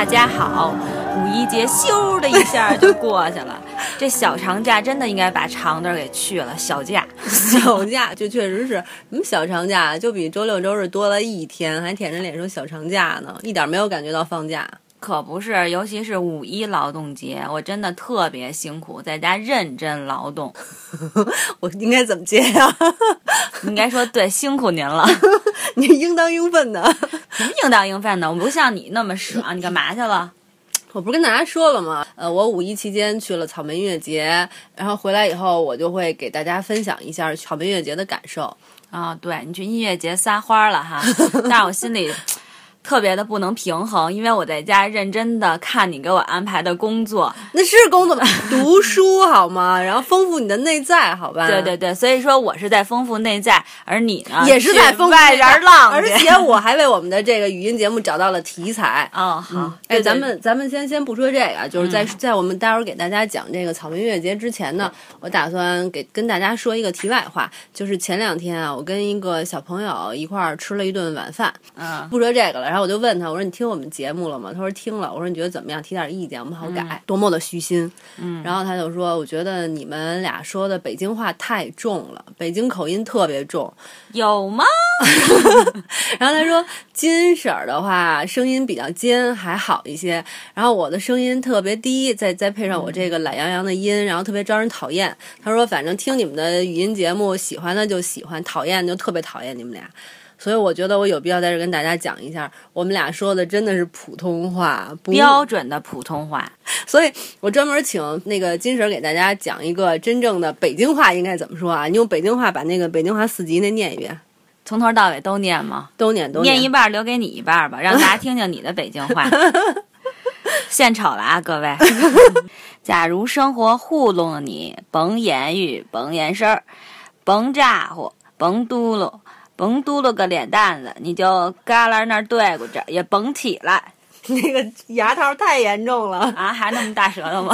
家好，五一节咻的一下就过去了。这小长假真的应该把长的给去了，小假就确实是，小长假就比周六周日多了一天，还舔着脸说小长假呢，一点没有感觉到放假。 可不是，尤其是五一劳动节，我真的特别辛苦，在家认真劳动。 我应该怎么接呀？ 应该说对，辛苦您了。 你应当应分的。 什么应当应分的？我不像你那么爽，你干嘛去了？ 我不是跟大家说了吗？我五一期间去了草莓音乐节，然后回来以后，我就会给大家分享一下草莓音乐节的感受。 啊、对，你去音乐节撒欢了哈，但是我心里特别的不能平衡，因为我在家认真的看你给我安排的工作。 那是工作吗？读书好吗？然后丰富你的内在，好吧？ 对对对，所以说我是在丰富内在，而你呢也是在丰富外边浪， 而且我还为我们的这个语音节目找到了题材。 哦，好， 哎，咱们先不说这个，就是在我们待会儿给大家讲这个草莓音乐节之前呢，我打算跟大家说一个题外话，就是前2天啊，我跟一个小朋友一块儿吃了一顿晚饭。不说这个了，然后我就问他，我说你听我们节目了吗？他说听了。我说你觉得怎么样？提点意见，我们好改。多么的虚心。然后他就说，我觉得你们俩说的北京话太重了，北京口音特别重。 有吗？ 然后他说金婶儿的话声音比较尖，还好一些。然后我的声音特别低，再配上我这个懒洋洋的音，然后特别招人讨厌。他说反正听你们的语音节目，喜欢的就喜欢，讨厌就特别讨厌你们俩。所以我觉得我有必要在这跟大家讲一下，我们俩说的真的是普通话， 标准的普通话。 所以我专门请那个金婶给大家讲一个真正的北京话应该怎么说啊？你用北京话把那个北京话4级那念一遍。 从头到尾都念吗？ 都念。 念一半留给你一半吧，让大家听听你的北京话。献丑了啊，各位！假如生活糊弄了你，甭言语，甭眼神儿，甭咋呼，甭嘟噜。甭嘟噜个脸蛋子，你就旮旯那儿对咕着，也甭起来。 那个牙套太严重了啊，还那么大舌头吗？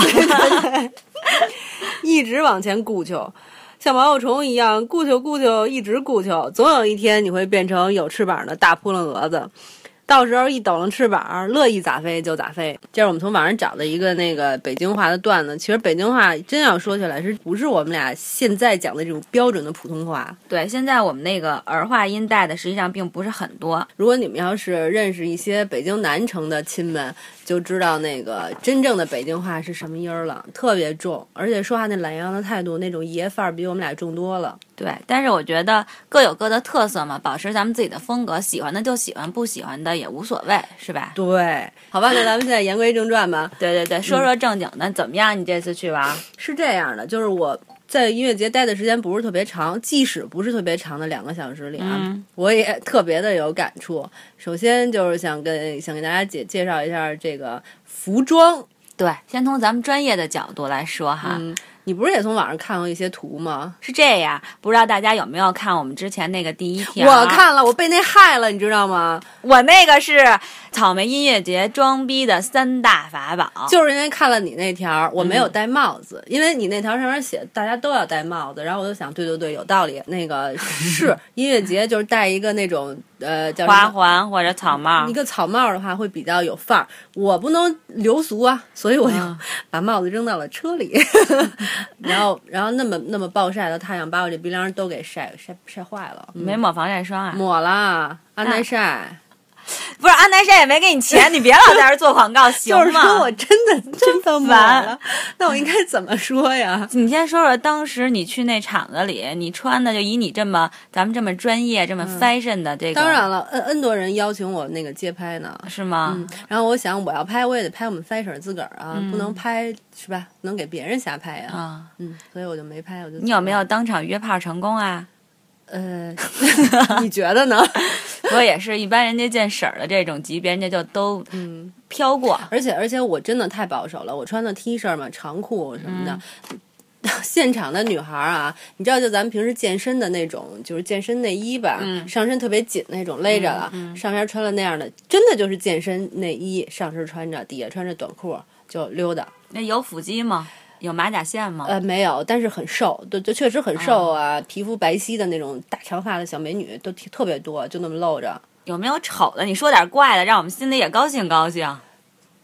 一直往前顾求，像毛毛虫一样顾求，一直顾求，总有一天你会变成有翅膀的大扑棱蛾子。到时候一抖楞翅膀，乐意咋飞就咋飞。这是我们从网上找的一个那个北京话的段子。其实北京话真要说起来，不是我们俩现在讲的这种标准的普通话？ 对，现在我们那个儿化音带的实际上并不是很多。 如果你们要是认识一些北京南城的亲们，就知道那个真正的北京话是什么音儿了，特别重，而且说话那懒洋洋的态度，那种爷范儿比我们俩重多了。 对，但是我觉得各有各的特色嘛，保持咱们自己的风格，喜欢的就喜欢，不喜欢的也无所谓，是吧？ 对，好吧，那咱们现在言归正传吧。 对对对，说说正经的，怎么样？你这次去玩？ 是这样的，就是我在音乐节待的时间不是特别长，即使不是特别长的2个小时里啊，我也特别的有感触。首先就是想给大家介绍一下这个服装。 对，先从咱们专业的角度来说哈。 你不是也从网上看过一些图吗？ 是这样，不知道大家有没有看我们之前那个第一条？ 我看了，我被那害了，你知道吗？ 我那个是草莓音乐节装逼的3大法宝， 就是因为看了你那条，我没有戴帽子，因为你那条上面写大家都要戴帽子，然后我就想，对，有道理。那个是音乐节，就是戴一个那种叫花环或者草帽， 一个草帽的话会比较有范儿。我不能流俗啊，所以我就把帽子扔到了车里。然后那么暴晒的太阳把我这鼻梁都给晒坏了。 没抹防晒霜啊？ 抹了，安耐晒。 不是安耐晒也没给你钱，你别老在这做广告行吗？ 就是说我真的抹了，那我应该怎么说呀？ 你先说说当时你去那场子里，你穿的就以你咱们这么专业、这么 fashion 的这个。 当然了，N 多人邀请我那个街拍呢， 是吗？ 然后我想我要拍，我也得拍我们 fashion 自个儿啊，不能拍是吧？不能给别人瞎拍啊。所以我就没拍，我就。 你有没有当场约炮成功啊？ 你觉得呢？ 我也是，一般人家见婶儿的这种级别，人家就都飘过。 而且我真的太保守了，我穿的 T 恤嘛、长裤什么的。现场的女孩啊，你知道，就咱们平时健身的那种，就是健身内衣吧，上身特别紧那种勒着了，上面穿了那样的，真的就是健身内衣，上身穿着，底下穿着短裤就溜达。 那有腹肌吗？有马甲线吗？ 没有，但是很瘦，对，就确实很瘦啊，皮肤白皙的那种大长发的小美女都特别多，就那么露着。 有没有丑的？你说点怪的，让我们心里也高兴高兴。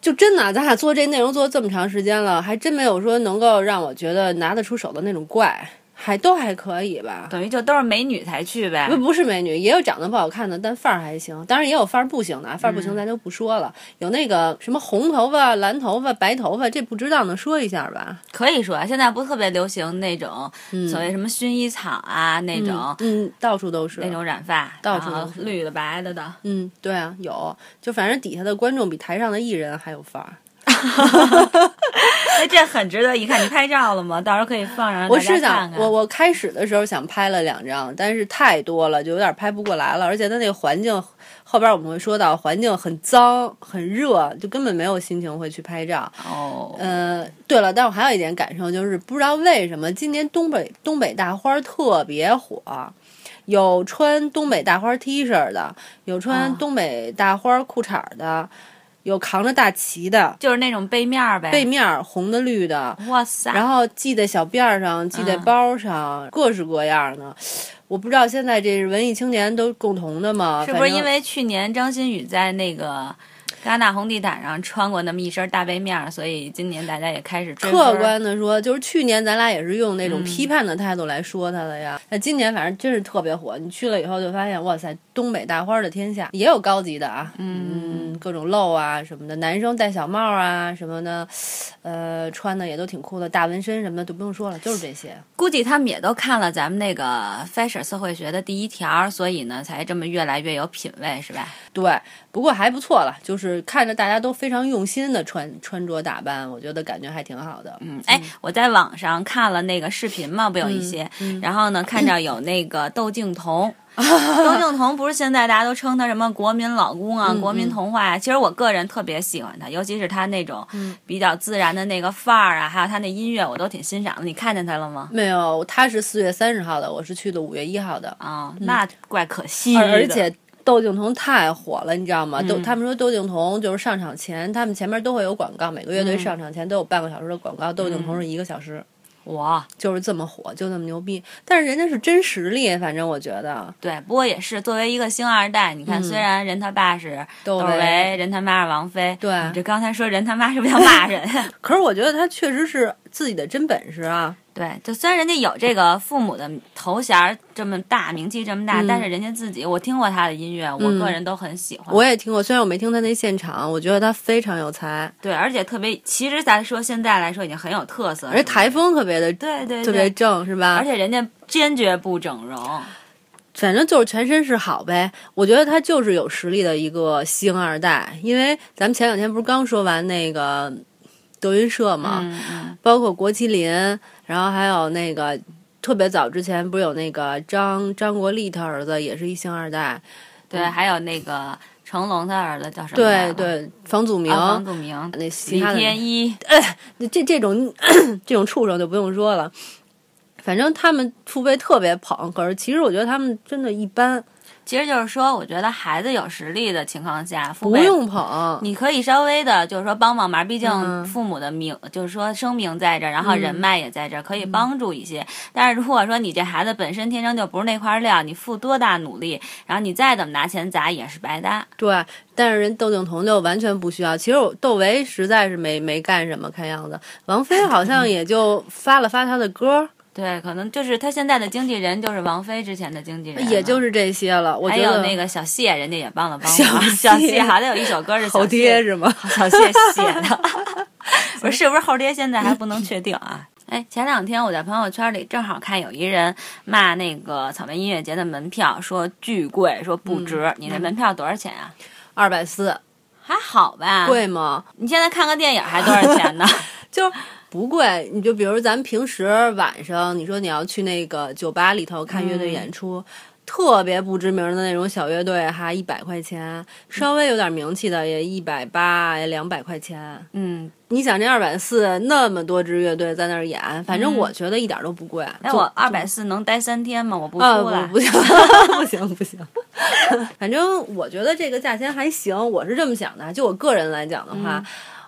就真的，咱俩做这内容做这么长时间了，还真没有说能够让我觉得拿得出手的那种怪，都还可以吧。 等于就都是美女才去呗？ 不是美女，也有长得不好看的，但范儿还行。当然也有范儿不行的，范儿不行咱就不说了。有那个什么红头发、蓝头发、白头发，这不知道能说一下吧？ 可以说，现在不特别流行那种所谓什么薰衣草啊那种， 到处都是那种染发， 到处都是绿的白的的。 对啊，有，就反正底下的观众比台上的艺人还有范儿。 哎，这很值得一看。你拍照了吗？到时候可以放上。 我是想，我开始的时候想拍了2张，但是太多了，就有点拍不过来了。而且它那个环境，后边我们会说到，环境很脏很热，就根本没有心情会去拍照。对了，但我还有一点感受，就是不知道为什么今年东北大花特别火。有穿东北大花 T 恤的，有穿东北大花裤衩的。有扛着大旗的， 就是那种背面呗， 背面红的绿的， 哇塞！ 然后系在小辫上，系在包上，各式各样的。我不知道现在这是文艺青年都共同的吗？ 是不是因为去年张馨予在那个戛纳红地毯上穿过那么一身大背面，所以今年大家也开始追分。 客观的说，就是去年咱俩也是用那种批判的态度来说他的呀。那今年反正真是特别火，你去了以后就发现，哇塞，东北大花的天下，也有高级的啊，各种露啊什么的，男生戴小帽啊什么的，穿的也都挺酷的，大纹身什么的就不用说了，就是这些。 估计他们也都看了咱们那个 Fashion 社会学的第1条，所以呢才这么越来越有品位，是吧？ 对，不过还不错了，就是看着大家都非常用心的穿着打扮，我觉得感觉还挺好的。 我在网上看了那个视频嘛，不有一些，然后呢看着有那个窦靖童。窦靖童不是现在大家都称他什么国民老公啊，国民童话呀。其实我个人特别喜欢他，尤其是他那种比较自然的那个范儿啊，还有他那音乐，我都挺欣赏的。你看见他了吗？ 没有，他是4月30号的，我是去的5月1号的。 那怪可惜的。 而且窦靖童太火了，你知道吗？他们说窦靖童就是上场前，他们前面都会有广告，每个乐队上场前都有半个小时的广告，窦靖童是1个小时。 哇， 就是这么火，就这么牛逼，但是人家是真实力，反正我觉得。 对，不过也是作为一个星二代，你看，虽然人他爸是窦唯，人他妈是王菲， 对， 你这刚才说人他妈是不是要骂人？ 可是我觉得他确实是自己的真本事啊。 对，就虽然人家有这个父母的头衔这么大，名气这么大，但是人家自己，我听过他的音乐，我个人都很喜欢。 我也听过，虽然我没听他那现场，我觉得他非常有才。 对，而且特别，其实咱说现在来说已经很有特色， 而且台风特别的， 对， 特别正，是吧？ 而且人家坚决不整容， 反正就是全身是好呗。我觉得他就是有实力的一个星二代，因为咱们前2天不是刚说完那个德云社嘛，包括郭麒麟，然后还有那个特别早之前不是有那个张国立他儿子也是一星二代， 对，还有那个成龙他儿子叫什么？ 对，房祖名，那李天一， 这种畜生就不用说了。反正他们父辈特别捧，可是其实我觉得他们真的一般。 其实就是说，我觉得孩子有实力的情况下，父不辈用捧， 你可以稍微的，就是说帮忙毕竟父母的名，就是说声名在这儿，然后人脉也在这儿，可以帮助一些。但是如果说你这孩子本身天生就不是那块料，你付多大努力，然后你再怎么拿钱砸也是白搭。 对，但是人窦靖童就完全不需要。其实窦唯实在是没干什么，看样子。王菲好像也就发了发她的歌。 对，可能就是他现在的经纪人就是王菲之前的经纪人， 也就是这些了。我觉得还有那个小谢，人家也帮了忙。小谢好像有一首歌是后爹是吗？ 小谢写的，不是不是后爹，现在还不能确定啊。前2天我在朋友圈里正好看有一人骂那个草莓音乐节的门票，说巨贵，说不值。你那门票多少钱啊 ？240， 还好吧？ 贵吗？ 你现在看个电影还多少钱呢？ 就不贵，你就比如咱们平时晚上，你说你要去那个酒吧里头看乐队演出，特别不知名的那种小乐队还100块钱，稍微有点名气的也180也200块钱。你想这240那么多支乐队在那儿演，反正我觉得一点都不贵。 那我240能待3天吗？我不出来， 不行不行。反正我觉得这个价钱还行，我是这么想的。就我个人来讲的话。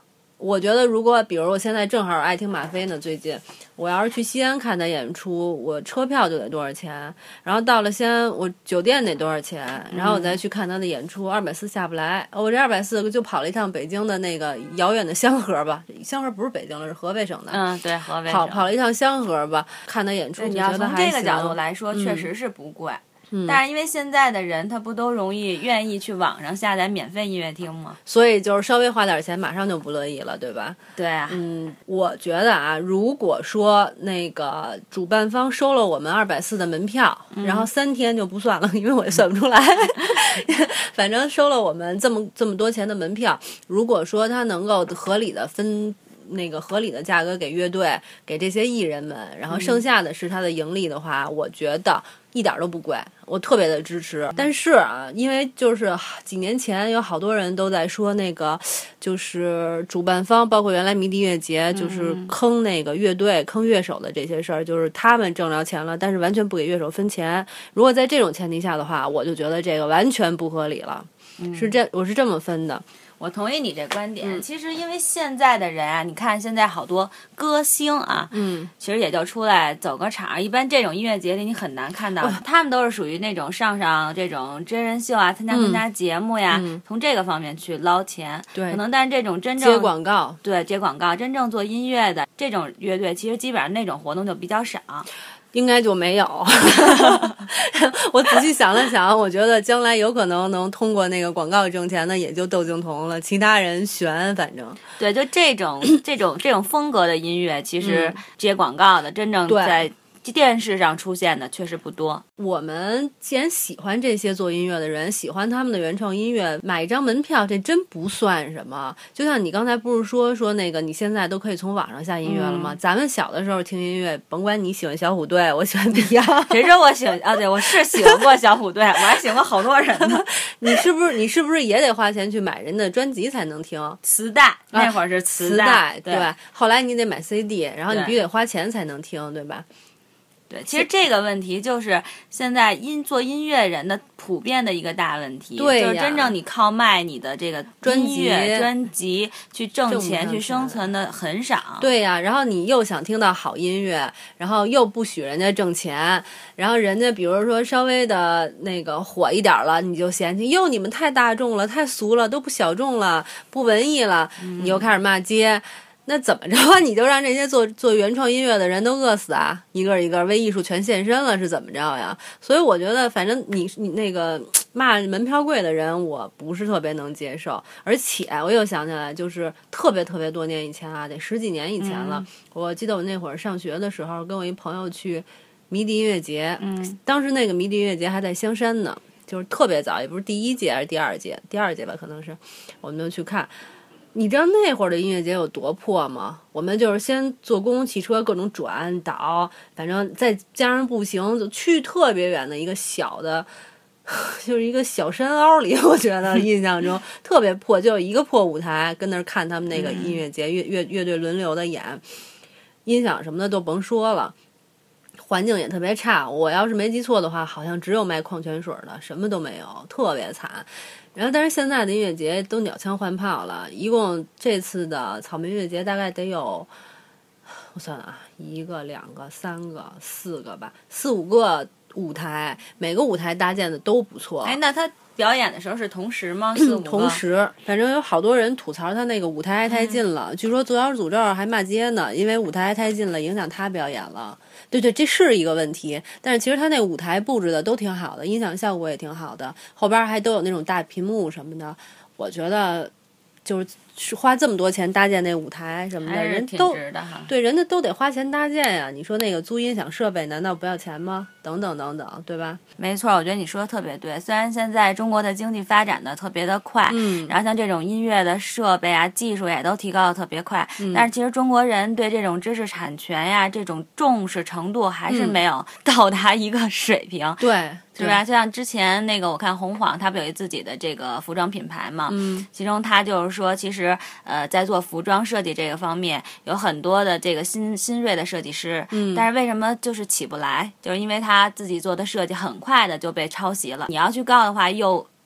我觉得如果比如我现在正好爱听马飞呢，最近我要是去西安看他演出，我车票就得多少钱，然后到了西安我酒店得多少钱，然后我再去看他的演出，240下不来，我这240就跑了一趟北京的那个遥远的香河吧，香河不是北京了，是河北省的。 对，河北省跑了一趟香河吧，看他演出， 你要从这个角度来说，确实是不贵。但是因为现在的人他不都容易愿意去网上下载免费音乐听吗？ 所以就是稍微花点钱马上就不乐意了，对吧？ 对啊。 我觉得啊，如果说那个主办方收了我们240的门票，然后3天就不算了，因为我也算不出来反正收了我们这么多钱的门票，如果说他能够合理的分那个合理的价格给乐队，给这些艺人们，然后剩下的是他的盈利的话，我觉得一点都不贵，我特别的支持。但是啊，因为就是几年前有好多人都在说那个，就是主办方包括原来迷笛音乐节就是坑那个乐队、坑乐手的这些事儿，就是他们挣着钱了，但是完全不给乐手分钱。如果在这种前提下的话，我就觉得这个完全不合理了。我是这么分的。 我同意你这观点。其实因为现在的人啊，你看现在好多歌星啊，其实也就出来走个场，一般这种音乐节里你很难看到，他们都是属于那种上这种真人秀啊，参加节目呀，从这个方面去捞钱。 对， 可能但是这种真正接广告， 对，接广告，真正做音乐的这种乐队，其实基本上那种活动就比较少。 应该就没有我仔细想了想，我觉得将来有可能能通过那个广告挣钱的也就窦靖童了，其他人悬。反正对，就这种风格的音乐，其实接广告的真正在电视上出现的确实不多。 我们既然喜欢这些做音乐的人，喜欢他们的原创音乐，买一张门票这真不算什么。就像你刚才不是说那个你现在都可以从网上下音乐了吗？咱们小的时候听音乐，甭管你喜欢小虎队，我喜欢 Beyond 谁说我喜欢对，我是喜欢过小虎队，我还喜欢过好多人呢你是不是也得花钱去买人的专辑才能听？ 磁带那会儿是磁带，对，后来你得买 CD， 然后你必须得花钱才能听，对吧？ 对，其实这个问题就是现在做音乐人的普遍的一个大问题。 对， 就是真正你靠卖你的这个专辑去挣钱去生存的很少。 对呀，然后你又想听到好音乐，然后又不许人家挣钱，然后人家比如说稍微的那个火一点了，你就嫌弃你们太大众了，太俗了，都不小众了，不文艺了，你又开始骂街。那怎么着啊？你就让这些做原创音乐的人都饿死啊？一个一个为艺术全献身了，是怎么着呀？所以我觉得，反正你那个骂门票贵的人，我不是特别能接受。而且我又想起来，就是特别特别多年以前啊，得10几年以前了。我记得我那会儿上学的时候，跟我一朋友去迷笛音乐节。当时那个迷笛音乐节还在香山呢，就是特别早，也不是第1届还是第2届，第2届吧，可能是，我们就去看。你知道那会儿的音乐节有多破吗？我们就是先坐公共汽车各种转导，反正再加上步行，就去特别远的一个小的，就是一个小山凹里，我觉得印象中特别破，就有一个破舞台，跟那儿看他们那个音乐节，乐队轮流的演，音响什么的都甭说了，环境也特别差。我要是没记错的话，好像只有卖矿泉水的，什么都没有，特别惨。然后，但是现在的音乐节都鸟枪换炮了，一共这次的草莓音乐节大概得有，我算啊，1个、2个、3个、4个吧，4、5个舞台，每个舞台搭建的都不错。 哎，那他表演的时候是同时吗？4、5个同时，反正有好多人吐槽他那个舞台挨太近了，据说左小诅咒还骂街呢，因为舞台挨太近了，影响他表演了。对，这是一个问题，但是其实他那舞台布置的都挺好的，音响效果也挺好的，后边还都有那种大屏幕什么的，我觉得就是花这么多钱搭建那舞台什么的，人都对，人家都得花钱搭建呀。你说那个租音响设备难道不要钱吗？等等等等，对吧？ 没错，我觉得你说的特别对。虽然现在中国的经济发展的特别的快，然后像这种音乐的设备啊、技术也都提高的特别快，但是其实中国人对这种知识产权呀、这种重视程度还是没有到达一个水平。 对吧？就像之前那个，我看红晃，他不有自己的这个服装品牌嘛？其中他就是说，其实在做服装设计这个方面，有很多的这个新锐的设计师，但是为什么就是起不来？就是因为他自己做的设计很快的就被抄袭了。你要去告的话，又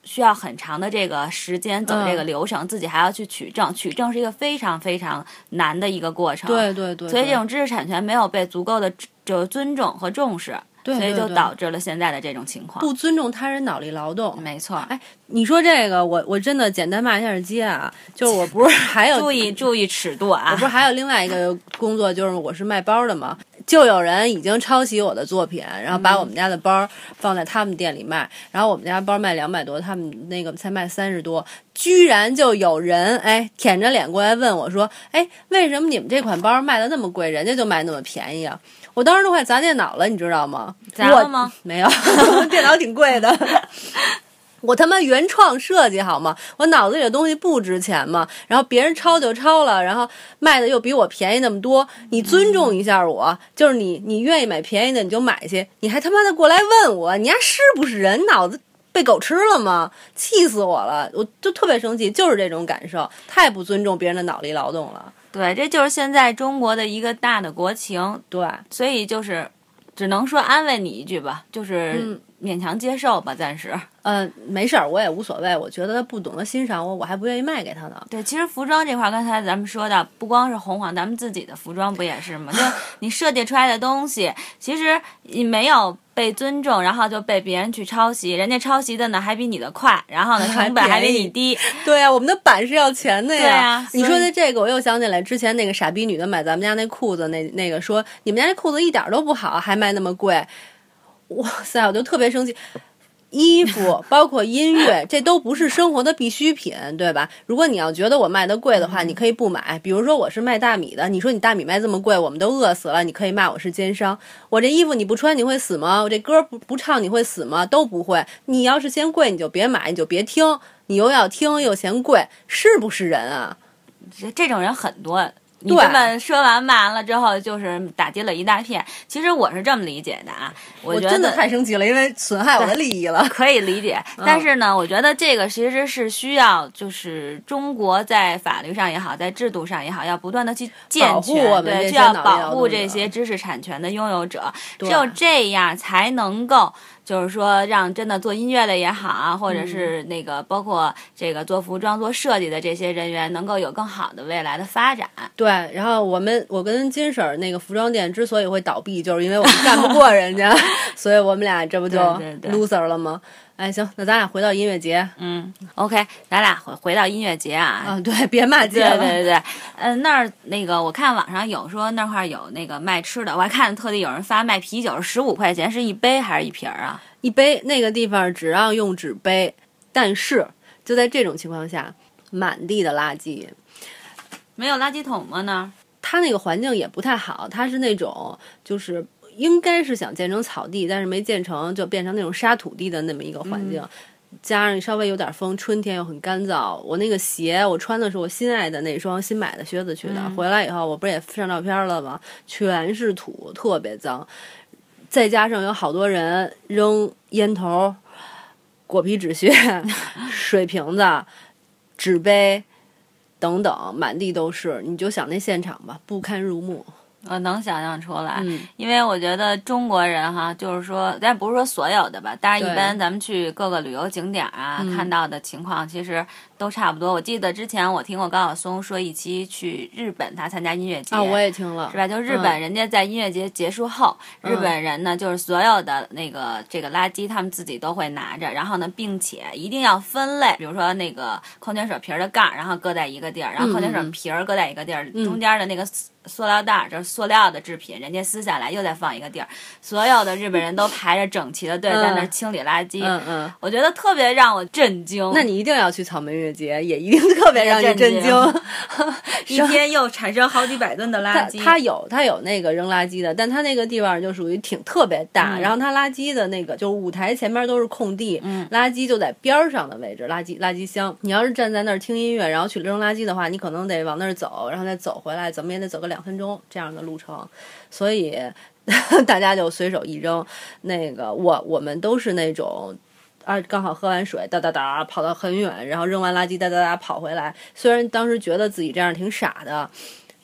需要很长的这个时间走这个流程，自己还要去取证，取证是一个非常非常难的一个过程。 对对对， 所以这种知识产权没有被足够的就尊重和重视。 对对对， 所以就导致了现在的这种情况， 不尊重他人脑力劳动。 没错。 哎，你说这个，我真的简单骂一下街啊，就是我不是还有注意尺度啊， 我不是还有另外一个工作，就是我是卖包的嘛，就有人已经抄袭我的作品，然后把我们家的包放在他们店里卖，然后我们家包卖200多，他们那个才卖30多，居然就有人舔着脸过来问我说，为什么你们这款包卖的那么贵，人家就卖那么便宜啊？我当时都快砸电脑了，你知道吗？ 砸了吗？ 没有，电脑挺贵的。我他妈原创设计好吗？我脑子里的东西不值钱吗？然后别人抄就抄了，然后卖的又比我便宜那么多，你尊重一下我，就是你愿意买便宜的你就买去，你还他妈的过来问我，你丫是不是人？脑子被狗吃了吗？气死我了！我就特别生气，就是这种感受，太不尊重别人的脑力劳动了。 对，这就是现在中国的一个大的国情。 对， 所以就是只能说安慰你一句吧，就是勉强接受吧，暂时。 没事儿，我也无所谓。我觉得他不懂得欣赏我，我还不愿意卖给他呢。 对，其实服装这块，刚才咱们说的，不光是红黄，咱们自己的服装不也是吗？就你设计出来的东西，其实你没有被尊重，然后就被别人去抄袭，人家抄袭的呢还比你的快，然后呢成本还比你低。 对啊，我们的版是要钱的呀。 对啊， 你说的这个，我又想起来之前那个傻逼女的买咱们家那裤子，那个说你们家那裤子一点都不好，还卖那么贵。哇塞，我就特别生气。衣服包括音乐，这都不是生活的必需品，对吧？如果你要觉得我卖的贵的话，你可以不买。比如说我是卖大米的，你说你大米卖这么贵，我们都饿死了，你可以骂我是奸商。我这衣服你不穿你会死吗？我这歌不唱你会死吗？都不会。你要是嫌贵你就别买，你就别听，你又要听又嫌贵，是不是人啊？ 这种人很多。你这么说完了之后，就是打击了一大片。其实我是这么理解的啊， 我觉得真的太生气了，因为损害我的利益了。 可以理解，但是呢，我觉得这个其实是需要，就是中国在法律上也好，在制度上也好，要不断的去健全，对，需要保护这些知识产权的拥有者。只有这样才能够。就是说，让真的做音乐的也好啊，或者是那个包括这个做服装、做设计的这些人员，能够有更好的未来的发展。 对，然后我跟金婶儿那个服装店之所以会倒闭，就是因为我们干不过人家，所以我们俩这不就 loser 了吗？哎，行，那咱俩回到音乐节。 OK， 咱俩回到音乐节啊。 对，别骂街了。 对，那儿那个我看网上有说那块有那个卖吃的，我还看特地有人发卖啤酒15块钱，是一杯还是一瓶啊？ 一杯。那个地方只让用纸杯，但是就在这种情况下，满地的垃圾， 没有垃圾桶吗？那它那个环境也不太好，它是那种就是应该是想建成草地，但是没建成，就变成那种沙土地的那么一个环境。加上稍微有点风，春天又很干燥。我那个鞋，我穿的是我心爱的那双新买的靴子去的。回来以后，我不是也上照片了吗？全是土，特别脏。再加上有好多人扔烟头、果皮纸屑、水瓶子、纸杯等等，满地都是。你就想那现场吧，不堪入目。 我能想象出来，因为我觉得中国人哈，就是说，但不是说所有的吧，但是一般咱们去各个旅游景点啊，看到的情况其实都差不多。我记得之前我听过高晓松说一期去日本，他参加音乐节啊，我也听了， 是吧？就日本人家在音乐节结束后，日本人呢就是所有的那个这个垃圾他们自己都会拿着，然后呢，并且一定要分类，比如说那个矿泉水瓶的盖儿，然后搁在一个地儿，然后矿泉水瓶儿搁在一个地儿，中间的那个塑料袋就是塑料的制品，人家撕下来又再放一个地儿，所有的日本人都排着整齐的队在那儿清理垃圾。我觉得特别让我震惊。 那你一定要去草莓音乐节，也一定特别让你震惊。 一天又产生好几百吨的垃圾。 他有那个扔垃圾的，但他那个地方就属于挺特别大，然后他垃圾的那个就是舞台前面都是空地，垃圾就在边上的位置，垃圾箱。你要是站在那儿听音乐，然后去扔垃圾的话，你可能得往那儿走，然后再走回来，怎么也得走个2分钟这样的路程，所以大家就随手一扔。那个我们都是那种刚好喝完水哒哒哒跑到很远，然后扔完垃圾哒哒哒跑回来。虽然当时觉得自己这样挺傻的，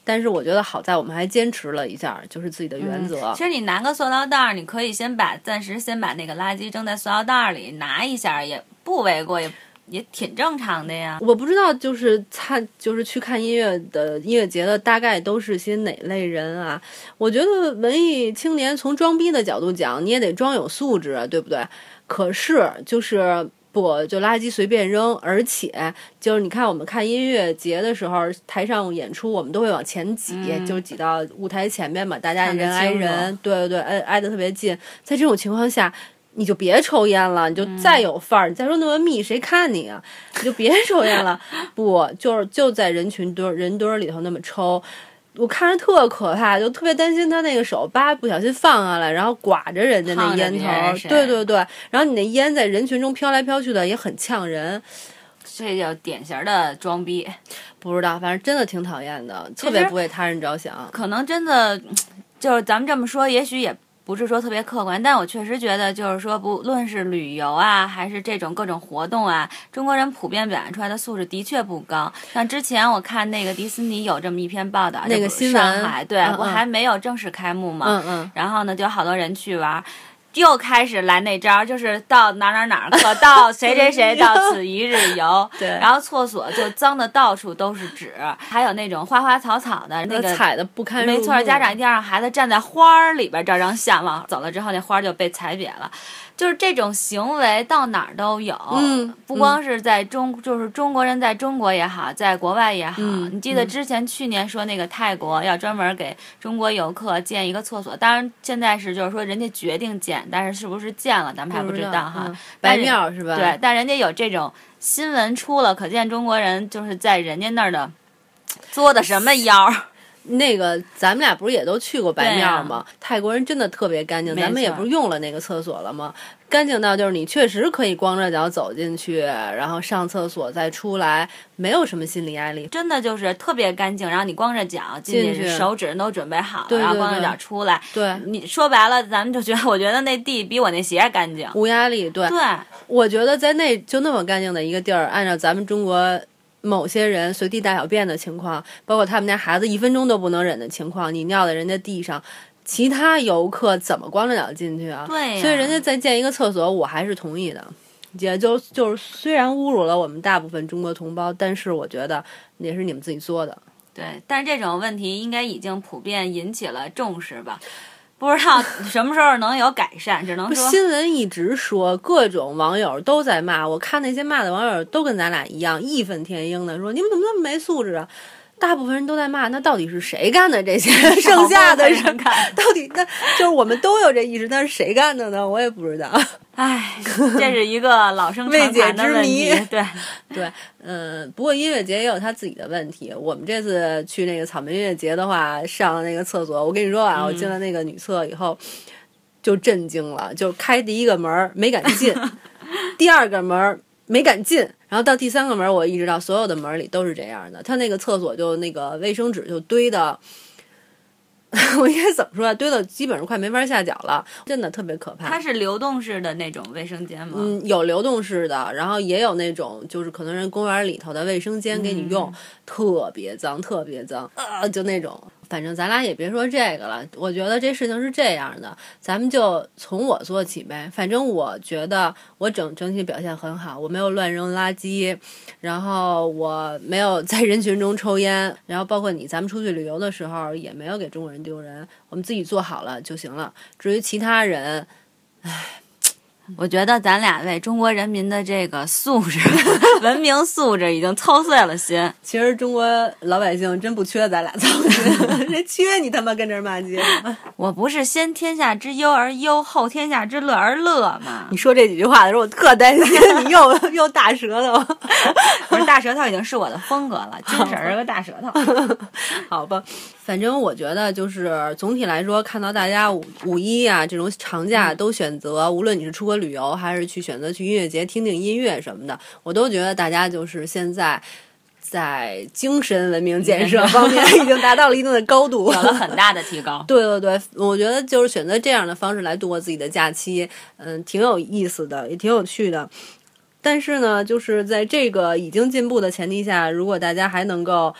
但是我觉得好在我们还坚持了一下，就是自己的原则。 其实你拿个塑料袋，你可以暂时先把那个垃圾扔在塑料袋里，拿一下也不为过，也挺正常的呀。 我不知道，就是去看音乐节的，大概都是些哪类人啊？我觉得文艺青年从装逼的角度讲，你也得装有素质啊，对不对？可是就是不就垃圾随便扔，而且就是你看我们看音乐节的时候，台上演出我们都会往前挤，就是挤到舞台前面嘛，大家人挨人，对，挨得特别近。在这种情况下，你就别抽烟了，你就再有范儿，你再说那么密，谁看你啊？你就别抽烟了，不就在人堆里头那么抽。我看着特可怕，就特别担心他那个手不小心放下来，然后刮着人家那烟头，对，然后你那烟在人群中飘来飘去的，也很呛人， 这叫典型的装逼。 不知道，反正真的挺讨厌的，特别不为他人着想。 可能真的就是咱们这么说，也许也不是说特别客观，但我确实觉得，就是说，不论是旅游啊，还是这种各种活动啊，中国人普遍表现出来的素质的确不高。像之前我看那个迪士尼有这么一篇报道， 那个新闻， 上海对，不还没有正式开幕嘛，然后呢，就好多人去玩。又开始来那招，就是到哪可到谁谁到此一日游， 对， 然后厕所就脏的到处都是纸，还有那种花花草草的那个踩的不堪入目。 没错，家长一定要让孩子站在花里边照张相，往走了之后那花就被踩瘪了。就是这种行为到哪儿都有，不光是就是中国人在中国也好，在国外也好。你记得之前去年说那个泰国要专门给中国游客建一个厕所，当然现在是就是说人家决定建，但是是不是建了咱们还不知道哈。 白庙是吧？ 对，但人家有这种新闻出了，可见中国人就是在人家那儿的作的什么妖。 那个咱们俩不是也都去过白庙吗？泰国人真的特别干净，咱们也不是用了那个厕所了吗？干净到就是你确实可以光着脚走进去，然后上厕所再出来，没有什么心理压力， 真的就是特别干净。然后你光着脚进去，手指都准备好了， 对， 然后光着脚出来。 对， 你说白了，咱们就觉得，我觉得那地比我那鞋干净， 无压力。对，我觉得在就那么干净的一个地儿，按照咱们中国某些人随地大小便的情况，包括他们家孩子1分钟都不能忍的情况，你尿在人家地上，其他游客怎么光着脚进去啊？ 对呀， 所以人家再建一个厕所，我还是同意的。也就是虽然侮辱了我们大部分中国同胞，但是我觉得也是你们自己做的。 对，但是这种问题应该已经普遍引起了重视吧？不知道什么时候能有改善，只能说新闻一直说，各种网友都在骂。我看那些骂的网友都跟咱俩一样义愤填膺的说：“你们怎么那么没素质啊？”大部分人都在骂，那到底是谁干的这些？剩下的人到底那就是我们都有这意识，那是谁干的呢？我也不知道。 唉，这是一个老生常谈的问题。对， 不过音乐节也有他自己的问题。我们这次去那个草莓音乐节的话，上那个厕所，我跟你说啊，我进了那个女厕以后就震惊了，就开第一个门没敢进，第二个门没敢进，然后到第3个门，我意识到所有的门里都是这样的。他那个厕所就那个卫生纸就堆的。我应该怎么说啊？堆的基本上快没法下脚了，真的特别可怕。 它是流动式的那种卫生间吗？ 有流动式的，然后也有那种就是可能人公园里头的卫生间给你用，特别脏，特别脏，就那种。反正咱俩也别说这个了，我觉得这事情是这样的，咱们就从我做起呗。反正我觉得我整体表现很好，我没有乱扔垃圾，然后我没有在人群中抽烟，然后包括咱们出去旅游的时候也没有给中国人丢人，我们自己做好了就行了。至于其他人， 我觉得咱俩为中国人民的这个素质、文明素质已经操碎了心。 其实中国老百姓真不缺咱俩操心，谁缺你他妈跟这儿骂街？ 我不是先天下之忧而忧，后天下之乐而乐吗？ 你说这几句话的时候，我特担心你又大舌头。 不是大舌头已经是我的风格了，金婶是个大舌头。 好吧，反正我觉得就是总体来说，看到大家五一啊这种长假都选择，无论你是出国旅游还是选择去音乐节听听音乐什么的，我都觉得大家就是现在在精神文明建设方面已经达到了一定的高度， 有了很大的提高。 对，我觉得就是选择这样的方式来度过自己的假期，挺有意思的，也挺有趣的。但是呢，就是在这个已经进步的前提下，如果大家还能够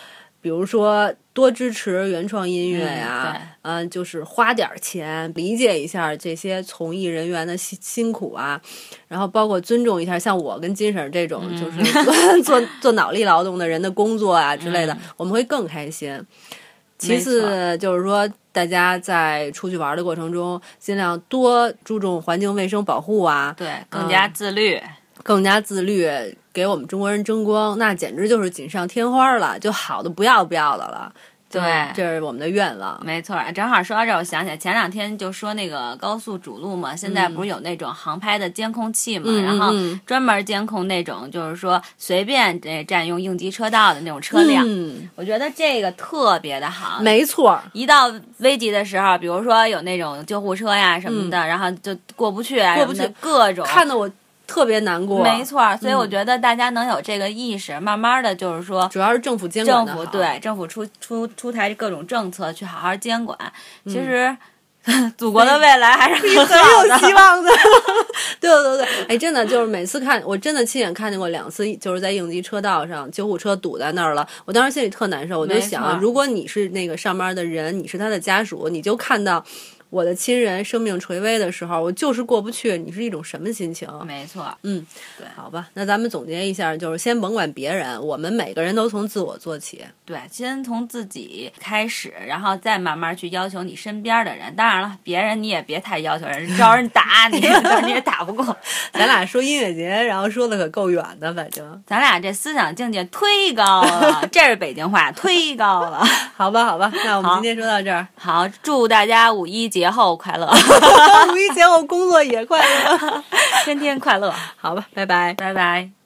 比如说多支持原创音乐呀，就是花点钱，理解一下这些从艺人员的辛苦啊，然后包括尊重一下像我跟金婶这种就是做脑力劳动的人的工作啊之类的，我们会更开心。其次就是说，大家在出去玩的过程中，尽量多注重环境卫生保护啊， 对，更加自律， 给我们中国人争光，那简直就是锦上添花了，就好的不要的了。 对， 这是我们的愿望。 没错，正好说到这儿，我想起来前2天就说那个高速主路嘛，现在不是有那种航拍的监控器嘛，然后专门监控那种就是说随便占用应急车道的那种车辆。我觉得这个特别的好。 没错， 一到危急的时候，比如说有那种救护车呀什么的，然后就过不去，各种看得我特别难过。 没错，所以我觉得大家能有这个意识，慢慢的就是说， 主要是政府监管的好， 政府出台各种政策去好好监管。其实祖国的未来还是很有希望的。对，哎，真的就是每次我真的亲眼看见过2次，就是在应急车道上救护车堵在那儿了，我当时心里特难受，我就想，如果你是那个上班的人，你是他的家属，你就看到我的亲人生命垂危的时候，我就是过不去，你是一种什么心情？ 没错， 对，好吧，那咱们总结一下，就是先甭管别人，我们每个人都从自我做起， 对，先从自己开始，然后再慢慢去要求你身边的人。当然了，别人你也别太要求人，招人打你也打不过。 咱俩说音乐节，然后说的可够远的，反正咱俩这思想境界忒高了，这是北京话，忒高了。 好吧，那我们今天说到这儿。 好，祝大家5一节后快乐 ！5一节后工作也快乐， 天天快乐。 好吧，拜拜， 拜拜。